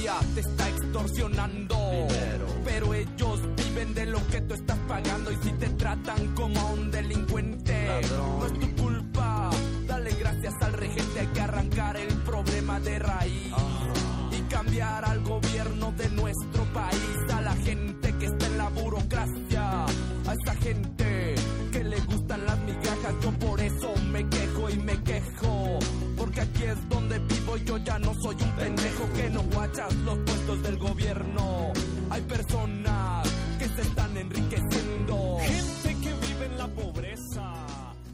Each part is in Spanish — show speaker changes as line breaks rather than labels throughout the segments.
mayoría te está extorsionando dinero. Pero ellos viven de lo que tú estás pagando. Y si te tratan como a un delincuente, ladrón, no es tu culpa. Dale gracias al regente. Hay que arrancar el problema de raíz y cambiar al gobierno de nuestro país. A la gente que está en la burocracia, a esa gente que le gustan las migajas. Yo por eso me quejo y me quejo, porque aquí es donde vivo. Yo ya no soy un pendejo que no guachas los puestos del gobierno. Hay personas que se están enriqueciendo, gente que vive en la pobreza.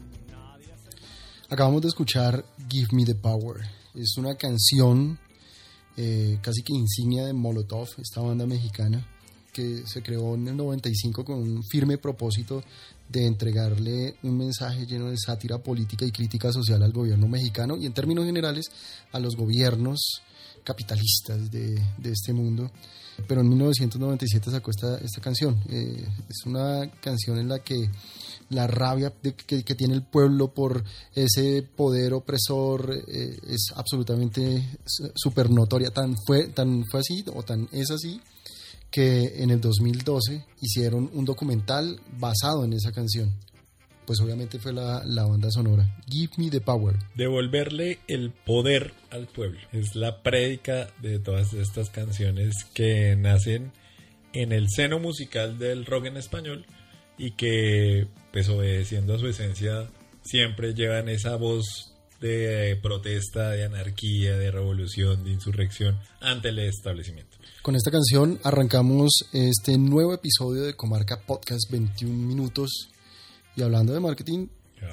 Acabamos de escuchar Give Me the Power. Es una canción casi que insignia de Molotov, esta banda mexicana que se creó en el 95 con un firme propósito de entregarle un mensaje lleno de sátira política y crítica social al gobierno mexicano y en términos generales a los gobiernos capitalistas de este mundo. Pero en 1997 sacó esta canción. Es una canción en la que la rabia que tiene el pueblo por ese poder opresor es absolutamente súper notoria. Tan fue así, o tan es así, que en el 2012 hicieron un documental basado en esa canción. Pues obviamente fue la banda sonora. Give Me the Power.
Devolverle el poder al pueblo. Es la prédica de todas estas canciones que nacen en el seno musical del rock en español y que, pues obedeciendo a su esencia, siempre llevan esa voz de protesta, de anarquía, de revolución, de insurrección ante el establecimiento.
Con esta canción arrancamos este nuevo episodio de Comarca Podcast 21 minutos. Y hablando de marketing,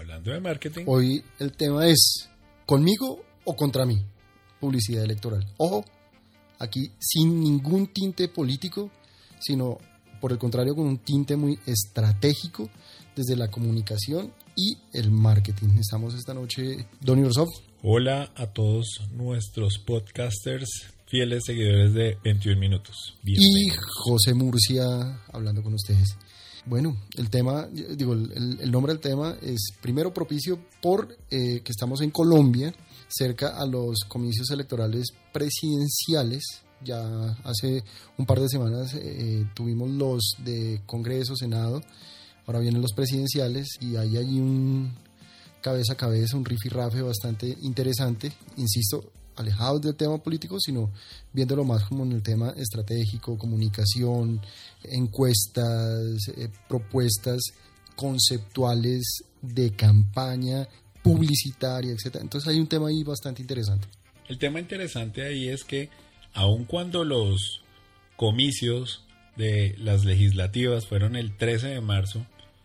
hoy el tema es ¿conmigo o contra mí? Publicidad electoral. Ojo, aquí sin ningún tinte político, sino por el contrario con un tinte muy estratégico desde la comunicación y el marketing. Estamos esta noche, Don Irsov.
Hola a todos nuestros podcasters, fieles seguidores de 21 minutos.
Y José Murcia hablando con ustedes. Bueno, el tema, el nombre del tema es primero propicio por que estamos en Colombia, cerca a los comicios electorales presidenciales. Ya hace un par de semanas tuvimos los de Congreso, Senado, ahora vienen los presidenciales y hay allí un cabeza a cabeza, un rifirrafe bastante interesante, insisto, alejados del tema político, sino viéndolo más como en el tema estratégico, comunicación, encuestas, propuestas conceptuales de campaña publicitaria, etcétera. Entonces hay un tema ahí bastante interesante.
El tema interesante ahí es que aun cuando los comicios de las legislativas fueron el 13 de marzo,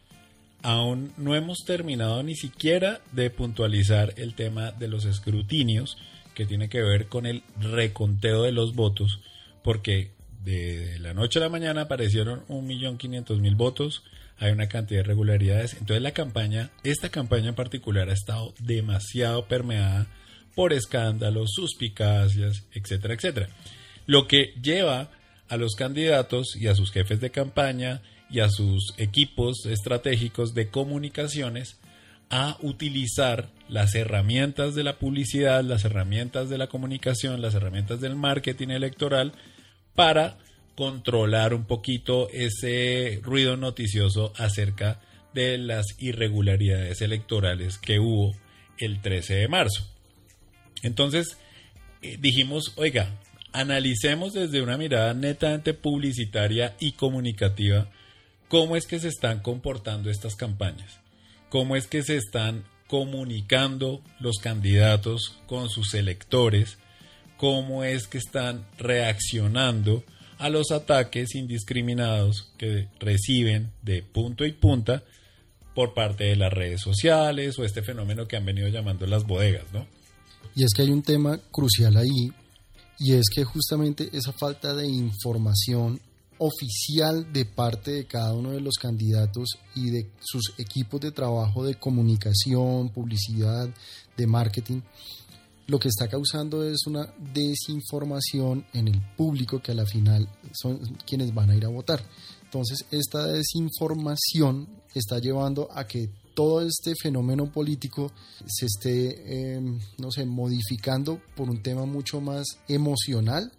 aún no hemos terminado ni siquiera de puntualizar el tema de los escrutinios, que tiene que ver con el reconteo de los votos, porque de la noche a la mañana aparecieron 1.500.000 votos, hay una cantidad de irregularidades. Entonces esta campaña en particular ha estado demasiado permeada por escándalos, suspicacias, etcétera, etcétera. Lo que lleva a los candidatos y a sus jefes de campaña y a sus equipos estratégicos de comunicaciones a utilizar las herramientas de la publicidad, las herramientas de la comunicación, las herramientas del marketing electoral para controlar un poquito ese ruido noticioso acerca de las irregularidades electorales que hubo el 13 de marzo. Entonces dijimos, oiga, analicemos desde una mirada netamente publicitaria y comunicativa cómo es que se están comportando estas campañas. Cómo es que se están comunicando los candidatos con sus electores, cómo es que están reaccionando a los ataques indiscriminados que reciben de punto y punta por parte de las redes sociales o este fenómeno que han venido llamando las bodegas, ¿no?
Y es que hay un tema crucial ahí, y es que justamente esa falta de información oficial de parte de cada uno de los candidatos y de sus equipos de trabajo de comunicación, publicidad, de marketing, lo que está causando es una desinformación en el público que a la final son quienes van a ir a votar. Entonces esta desinformación está llevando a que todo este fenómeno político se esté, modificando por un tema mucho más emocional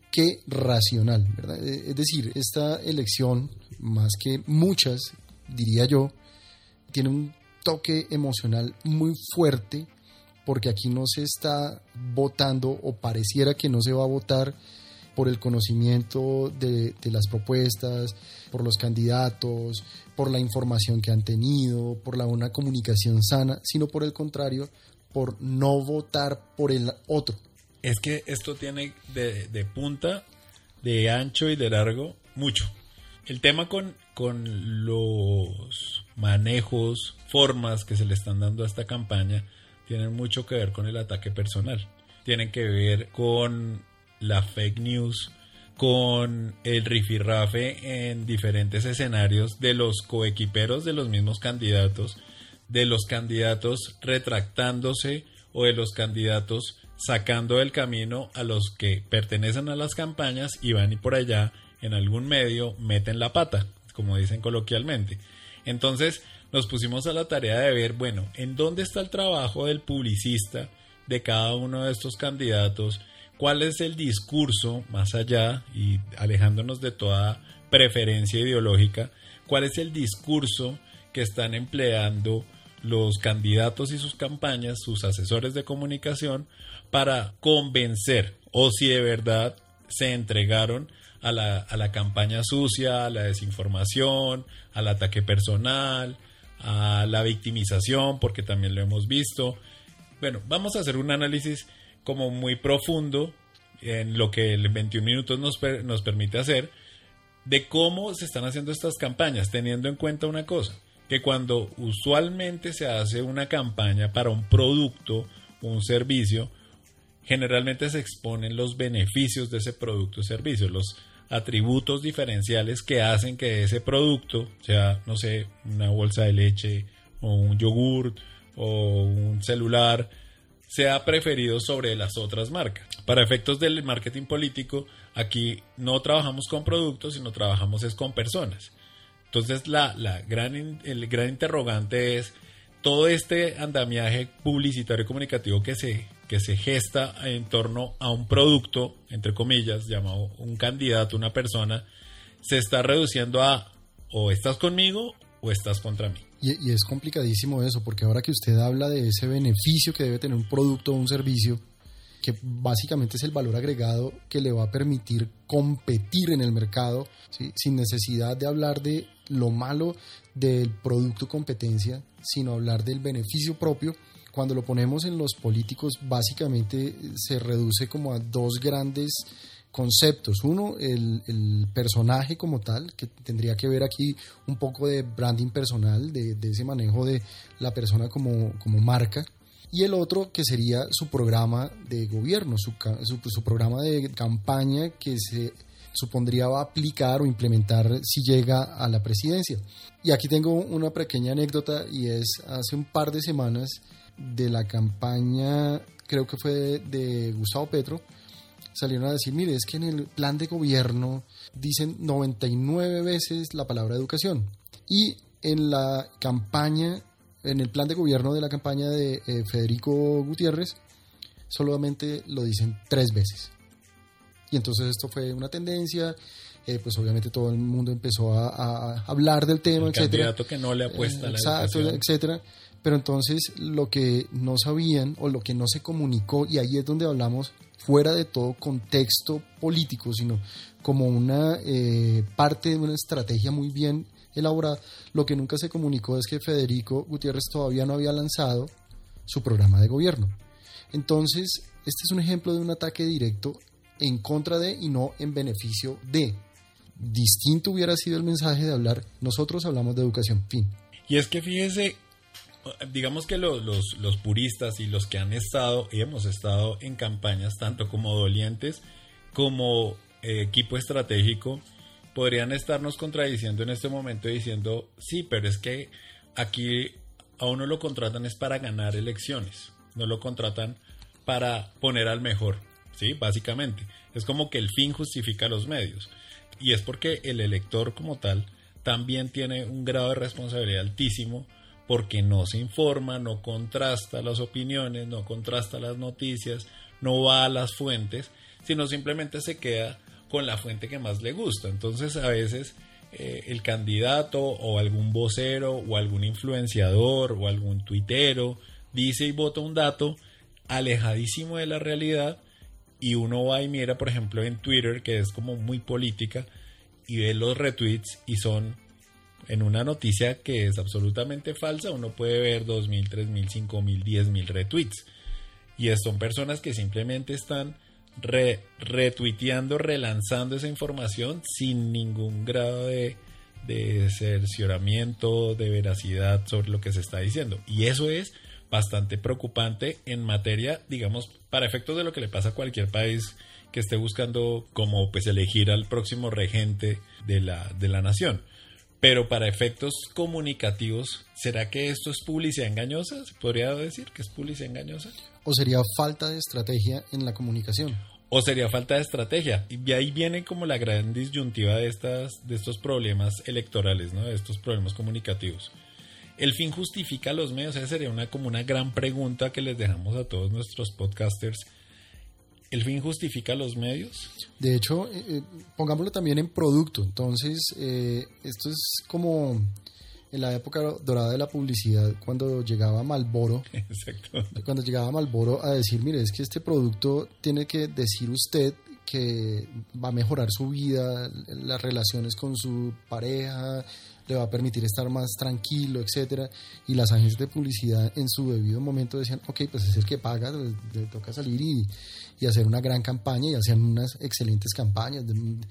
que racional, ¿verdad? Es decir, esta elección, más que muchas, diría yo, tiene un toque emocional muy fuerte, porque aquí no se está votando, o pareciera que no se va a votar por el conocimiento de las propuestas, por los candidatos, por la información que han tenido, por una comunicación sana, sino por el contrario, por no votar por el otro.
Es que esto tiene de punta, de ancho y de largo, mucho. El tema con los manejos, formas que se le están dando a esta campaña, tienen mucho que ver con el ataque personal. Tienen que ver con la fake news, con el rifirrafe en diferentes escenarios de los coequiperos de los mismos candidatos, de los candidatos retractándose o de los candidatos sacando del camino a los que pertenecen a las campañas y van y por allá en algún medio meten la pata, como dicen coloquialmente. Entonces nos pusimos a la tarea de ver, bueno, en dónde está el trabajo del publicista de cada uno de estos candidatos, cuál es el discurso más allá y alejándonos de toda preferencia ideológica, cuál es el discurso que están empleando los candidatos y sus campañas, sus asesores de comunicación, para convencer, o si de verdad se entregaron a la campaña sucia, a la desinformación, al ataque personal, a la victimización, porque también lo hemos visto. Bueno, vamos a hacer un análisis como muy profundo en lo que el 21 minutos nos permite hacer, de cómo se están haciendo estas campañas, teniendo en cuenta una cosa, que cuando usualmente se hace una campaña para un producto o un servicio, generalmente se exponen los beneficios de ese producto o servicio, los atributos diferenciales que hacen que ese producto, sea, no sé, una bolsa de leche o un yogur o un celular, sea preferido sobre las otras marcas. Para efectos del marketing político, aquí no trabajamos con productos, sino trabajamos es con personas. Entonces el gran interrogante es todo este andamiaje publicitario y comunicativo que se gesta en torno a un producto, entre comillas, llamado un candidato, una persona, se está reduciendo a o estás conmigo o estás contra mí.
Y es complicadísimo eso, porque ahora que usted habla de ese beneficio que debe tener un producto o un servicio, que básicamente es el valor agregado que le va a permitir competir en el mercado, ¿sí?, sin necesidad de hablar de lo malo del producto competencia, sino hablar del beneficio propio. Cuando lo ponemos en los políticos, básicamente se reduce como a dos grandes conceptos. Uno, el personaje como tal, que tendría que ver aquí un poco de branding personal, de ese manejo de la persona como marca. Y el otro, que sería su programa de gobierno, su programa de campaña, que se supondría va a aplicar o implementar si llega a la presidencia. Y aquí tengo una pequeña anécdota, y es hace un par de semanas de la campaña, creo que fue de Gustavo Petro, salieron a decir, mire, es que en el plan de gobierno dicen 99 veces la palabra educación, y en la campaña, en el plan de gobierno de la campaña de Federico Gutiérrez, solamente lo dicen 3 veces. Y entonces esto fue una tendencia, pues obviamente todo el mundo empezó a hablar del tema,
el
etcétera.
Candidato que no le apuesta a la educación,
etcétera. Pero entonces lo que no sabían o lo que no se comunicó, y ahí es donde hablamos fuera de todo contexto político, sino como una parte de una estrategia muy bien elaborada, lo que nunca se comunicó es que Federico Gutiérrez todavía no había lanzado su programa de gobierno. Entonces, este es un ejemplo de un ataque directo en contra de y no en beneficio de. Distinto hubiera sido el mensaje de hablar, nosotros hablamos de educación, fin.
Y es que fíjese, digamos que los puristas y los que han estado y hemos estado en campañas, tanto como dolientes como equipo estratégico, podrían estarnos contradiciendo en este momento diciendo, sí, pero es que aquí a uno lo contratan es para ganar elecciones, no lo contratan para poner al mejor, ¿sí? Básicamente, es como que el fin justifica los medios, y es porque el elector como tal también tiene un grado de responsabilidad altísimo, porque no se informa, no contrasta las opiniones, no contrasta las noticias, no va a las fuentes, sino simplemente se queda con la fuente que más le gusta. Entonces a veces el candidato o algún vocero o algún influenciador o algún tuitero dice y vota un dato alejadísimo de la realidad, y uno va y mira, por ejemplo, en Twitter, que es como muy política, y ve los retweets y son, en una noticia que es absolutamente falsa, uno puede ver 2.000, 3.000, 5.000, 10.000 retweets, y son personas que simplemente están retuiteando, relanzando esa información sin ningún grado de cercioramiento, de veracidad sobre lo que se está diciendo, y eso es bastante preocupante en materia, digamos, para efectos de lo que le pasa a cualquier país que esté buscando como pues elegir al próximo regente de la nación. Pero para efectos comunicativos, ¿será que esto es publicidad engañosa? ¿Se podría decir que es publicidad engañosa?
¿O sería falta de estrategia en la comunicación?
¿O sería falta de estrategia? Y ahí viene como la gran disyuntiva de estos problemas electorales, ¿no? De estos problemas comunicativos. ¿El fin justifica los medios? Esa sería como una gran pregunta que les dejamos a todos nuestros podcasters. ¿El fin justifica los medios?
De hecho, pongámoslo también en producto. Entonces, esto es como en la época dorada de la publicidad, cuando llegaba Marlboro.
Exacto.
Cuando llegaba Marlboro a decir, mire, es que este producto tiene que decir usted que va a mejorar su vida, las relaciones con su pareja, le va a permitir estar más tranquilo, etcétera, y las agencias de publicidad en su debido momento decían, ok, pues es el que paga, le toca salir y hacer una gran campaña, y hacían unas excelentes campañas,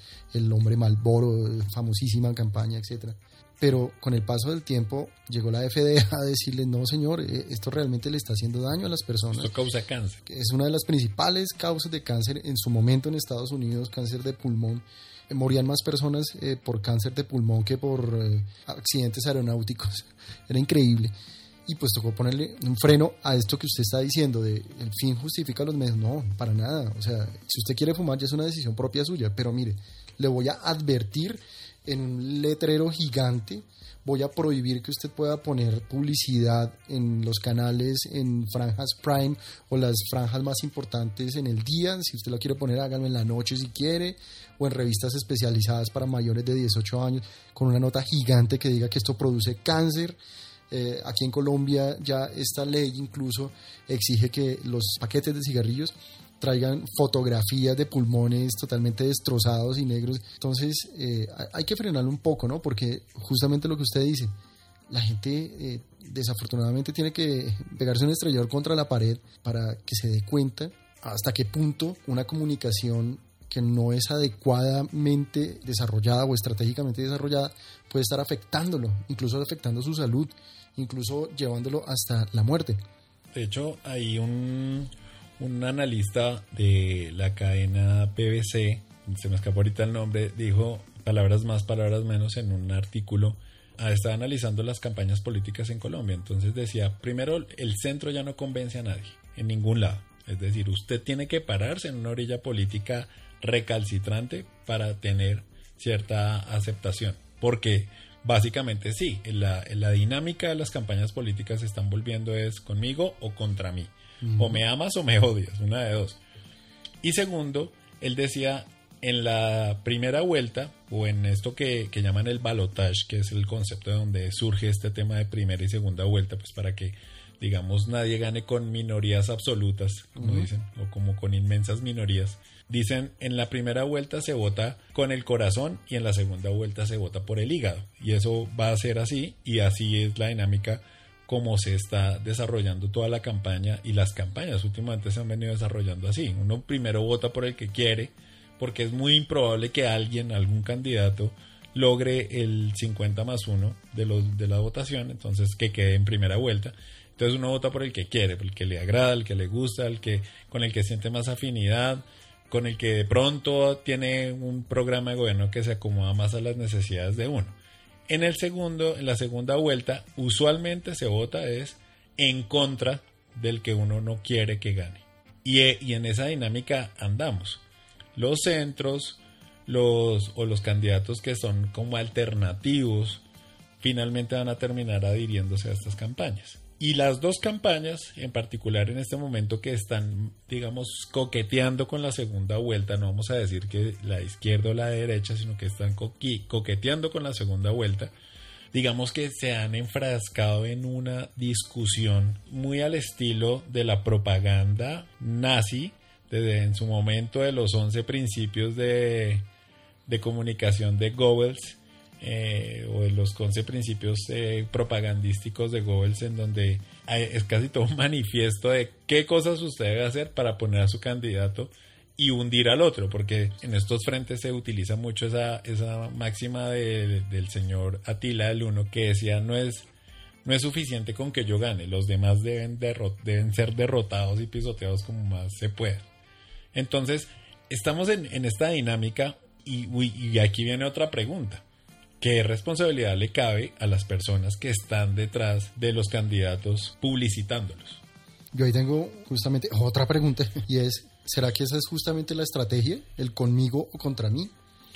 el hombre Marlboro, famosísima campaña, etcétera. Pero con el paso del tiempo llegó la FDA a decirle, no señor, esto realmente le está haciendo daño a las personas.
Esto causa cáncer.
Es una de las principales causas de cáncer en su momento en Estados Unidos, cáncer de pulmón. Morían más personas por cáncer de pulmón que por accidentes aeronáuticos. Era increíble. Y pues tocó ponerle un freno a esto que usted está diciendo, de el fin justifica los medios. No, para nada. O sea, si usted quiere fumar ya es una decisión propia suya, pero mire, le voy a advertir en un letrero gigante, voy a prohibir que usted pueda poner publicidad en los canales, en franjas prime o las franjas más importantes en el día. Si usted lo quiere poner, hágalo en la noche si quiere, o en revistas especializadas para mayores de 18 años, con una nota gigante que diga que esto produce cáncer. Aquí en Colombia ya esta ley incluso exige que los paquetes de cigarrillos traigan fotografías de pulmones totalmente destrozados y negros. Entonces hay que frenarlo un poco, ¿no? Porque justamente lo que usted dice, la gente desafortunadamente tiene que pegarse un estrellador contra la pared para que se dé cuenta hasta qué punto una comunicación que no es adecuadamente desarrollada o estratégicamente desarrollada puede estar afectándolo, incluso afectando su salud, incluso llevándolo hasta la muerte.
De hecho, hay un analista de la cadena BBC, se me escapó ahorita el nombre, dijo palabras más, palabras menos en un artículo. Estaba analizando las campañas políticas en Colombia. Entonces decía, primero, el centro ya no convence a nadie, en ningún lado. Es decir, usted tiene que pararse en una orilla política recalcitrante para tener cierta aceptación. Porque básicamente sí, la dinámica de las campañas políticas se están volviendo es conmigo o contra mí. O me amas o me odias, una de dos. Y segundo, él decía, en la primera vuelta, o en esto que llaman el balotage, que es el concepto de donde surge este tema de primera y segunda vuelta, pues para que, digamos, nadie gane con minorías absolutas, como dicen, o como con inmensas minorías. Dicen, en la primera vuelta se vota con el corazón y en la segunda vuelta se vota por el hígado. Y eso va a ser así, y así es la dinámica como se está desarrollando toda la campaña, y las campañas últimamente se han venido desarrollando así. Uno primero vota por el que quiere, porque es muy improbable que algún candidato logre el 50+1 de la votación, entonces que quede en primera vuelta. Entonces uno vota por el que quiere, por el que le agrada, el que le gusta, con el que siente más afinidad, con el que de pronto tiene un programa de gobierno que se acomoda más a las necesidades de uno. En la segunda vuelta, usualmente se vota en contra del que uno no quiere que gane. Y en esa dinámica andamos. Los centros, los candidatos que son como alternativos finalmente van a terminar adhiriéndose a estas campañas. Y las dos campañas, en particular en este momento, que están, digamos, coqueteando con la segunda vuelta, no vamos a decir que la izquierda o la derecha, sino que están coqueteando con la segunda vuelta, digamos que se han enfrascado en una discusión muy al estilo de la propaganda nazi, desde en su momento de los 11 principios de comunicación de Goebbels, o de los 11 principios propagandísticos de Goebbels, en donde es casi todo un manifiesto de qué cosas usted debe hacer para poner a su candidato y hundir al otro, porque en estos frentes se utiliza mucho esa máxima del señor Attila el Uno, que decía no es suficiente con que yo gane, los demás deben ser derrotados y pisoteados como más se pueda. Entonces estamos en esta dinámica y aquí viene otra pregunta. ¿Qué responsabilidad le cabe a las personas que están detrás de los candidatos publicitándolos?
Yo ahí tengo justamente otra pregunta, y es, ¿será que esa es justamente la estrategia, el conmigo o contra mí?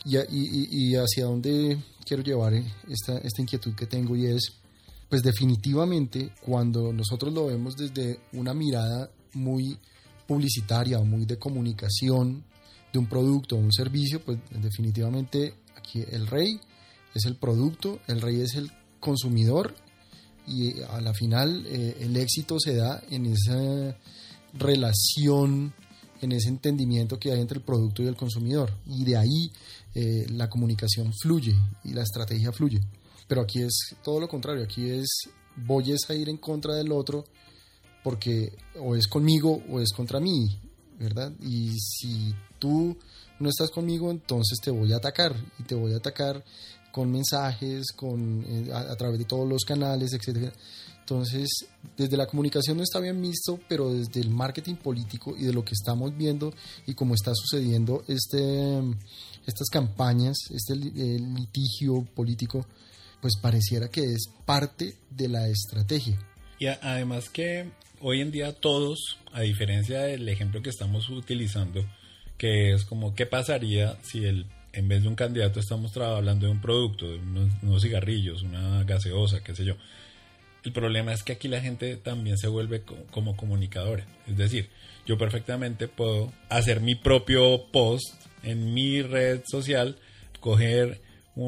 Y hacia dónde quiero llevar esta inquietud que tengo, y es, pues definitivamente cuando nosotros lo vemos desde una mirada muy publicitaria o muy de comunicación de un producto o un servicio, pues definitivamente aquí el rey es el producto, el rey es el consumidor, y a la final el éxito se da en esa relación, en ese entendimiento que hay entre el producto y el consumidor, y de ahí la comunicación fluye y la estrategia fluye. Pero aquí es todo lo contrario, aquí es voy a ir en contra del otro porque o es conmigo o es contra mí, ¿verdad? Y si tú no estás conmigo, entonces te voy a atacar, y te voy a atacar con mensajes, a través de todos los canales, etc. Entonces, desde la comunicación no está bien visto, pero desde el marketing político y de lo que estamos viendo y cómo está sucediendo estas campañas, litigio político, pues pareciera que es parte de la estrategia.
Y además que hoy en día todos, a diferencia del ejemplo que estamos utilizando, que es como qué pasaría si en vez de un candidato estamos hablando de un producto, de unos cigarrillos, una gaseosa, qué sé yo. El problema es que aquí la gente también se vuelve como comunicadora. Es decir, yo perfectamente puedo hacer mi propio post en mi red social, coger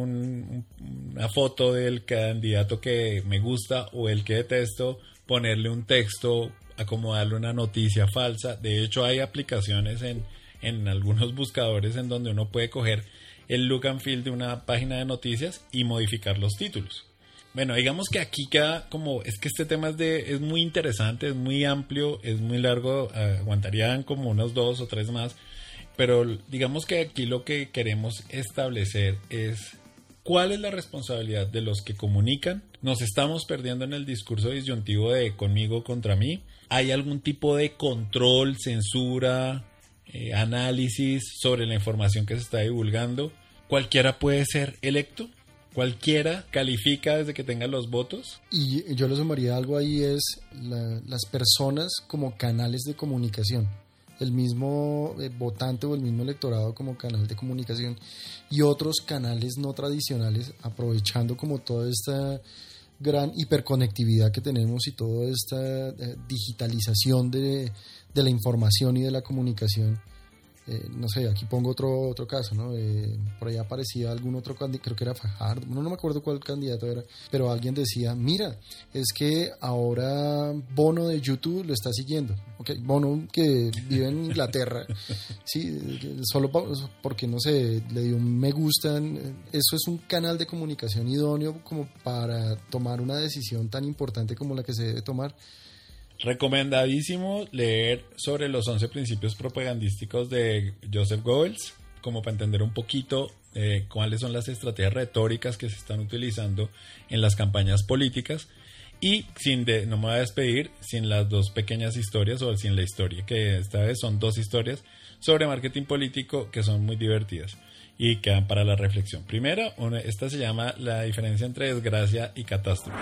una foto del candidato que me gusta o el que detesto, ponerle un texto, acomodarle una noticia falsa. De hecho, hay aplicaciones en algunos buscadores en donde uno puede coger el look and feel de una página de noticias y modificar los títulos. Bueno, digamos que aquí queda como, es que este tema es muy interesante, es muy amplio, es muy largo, aguantarían como unos 2 o 3 más, pero digamos que aquí lo que queremos establecer es cuál es la responsabilidad de los que comunican. Nos estamos perdiendo en el discurso disyuntivo de conmigo contra mí. ¿Hay algún tipo de control, censura, análisis sobre la información que se está divulgando? ¿Cualquiera puede ser electo? ¿Cualquiera califica desde que tenga los votos?
Y yo le sumaría algo ahí, es las personas como canales de comunicación, el mismo votante o el mismo electorado como canal de comunicación, y otros canales no tradicionales, aprovechando como toda esta gran hiperconectividad que tenemos y toda esta digitalización de la información y de la comunicación. No sé, aquí pongo otro caso, ¿no? Por ahí aparecía algún otro candidato, creo que era Fajardo, no me acuerdo cuál candidato era, pero alguien decía, mira, es que ahora Bono de YouTube lo está siguiendo. Okay, Bono, que vive en Inglaterra, sí, solo porque, no sé, le dio un me gusta. Eso es un canal de comunicación idóneo como para tomar una decisión tan importante como la que se debe tomar.
Recomendadísimo leer sobre los 11 principios propagandísticos de Joseph Goebbels, como para entender un poquito cuáles son las estrategias retóricas que se están utilizando en las campañas políticas. Y no me voy a despedir sin las 2 pequeñas historias, o sin la historia, que esta vez son 2 historias sobre marketing político que son muy divertidas y quedan para la reflexión. Primera, esta se llama La diferencia entre desgracia y catástrofe.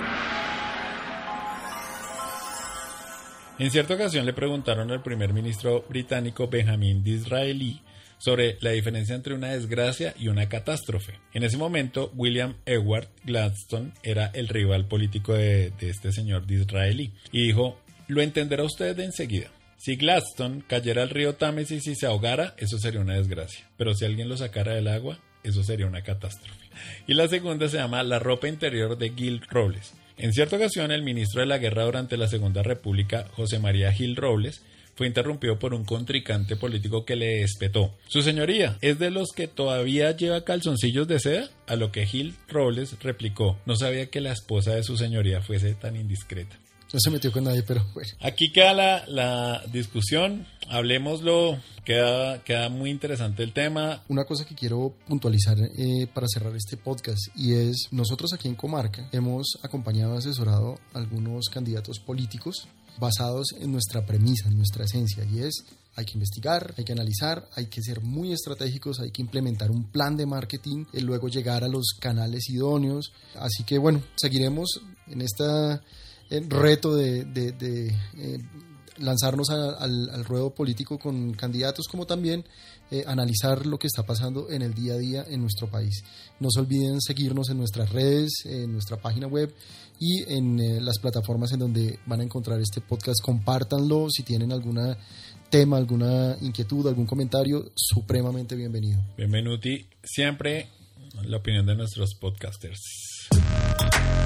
En cierta ocasión le preguntaron al primer ministro británico Benjamin Disraeli sobre la diferencia entre una desgracia y una catástrofe. En ese momento, William Ewart Gladstone era el rival político de este señor disraelí y dijo: lo entenderá usted de enseguida. Si Gladstone cayera al río Támesis y se ahogara, eso sería una desgracia. Pero si alguien lo sacara del agua, eso sería una catástrofe. Y la segunda se llama La ropa interior de Gil Robles. En cierta ocasión, el ministro de la Guerra durante la Segunda República, José María Gil Robles, fue interrumpido por un contrincante político que le espetó: su señoría, ¿es de los que todavía lleva calzoncillos de seda? A lo que Gil Robles replicó: no sabía que la esposa de su señoría fuese tan indiscreta.
No se metió con nadie, pero bueno.
Aquí queda la discusión, hablemoslo, queda muy interesante el tema.
Una cosa que quiero puntualizar para cerrar este podcast, y es: nosotros aquí en Comarca hemos acompañado, asesorado a algunos candidatos políticos basados en nuestra premisa, en nuestra esencia, y es: hay que investigar, hay que analizar, hay que ser muy estratégicos, hay que implementar un plan de marketing y luego llegar a los canales idóneos. Así que bueno, seguiremos en esta reto de lanzarnos al ruedo político con candidatos, como también analizar lo que está pasando en el día a día en nuestro país. No se olviden seguirnos en nuestras redes, en nuestra página web y en las plataformas en donde van a encontrar este podcast. Compártanlo. Si tienen algún tema, alguna inquietud, algún comentario, supremamente bienvenido.
Bienvenuti, siempre la opinión de nuestros podcasters.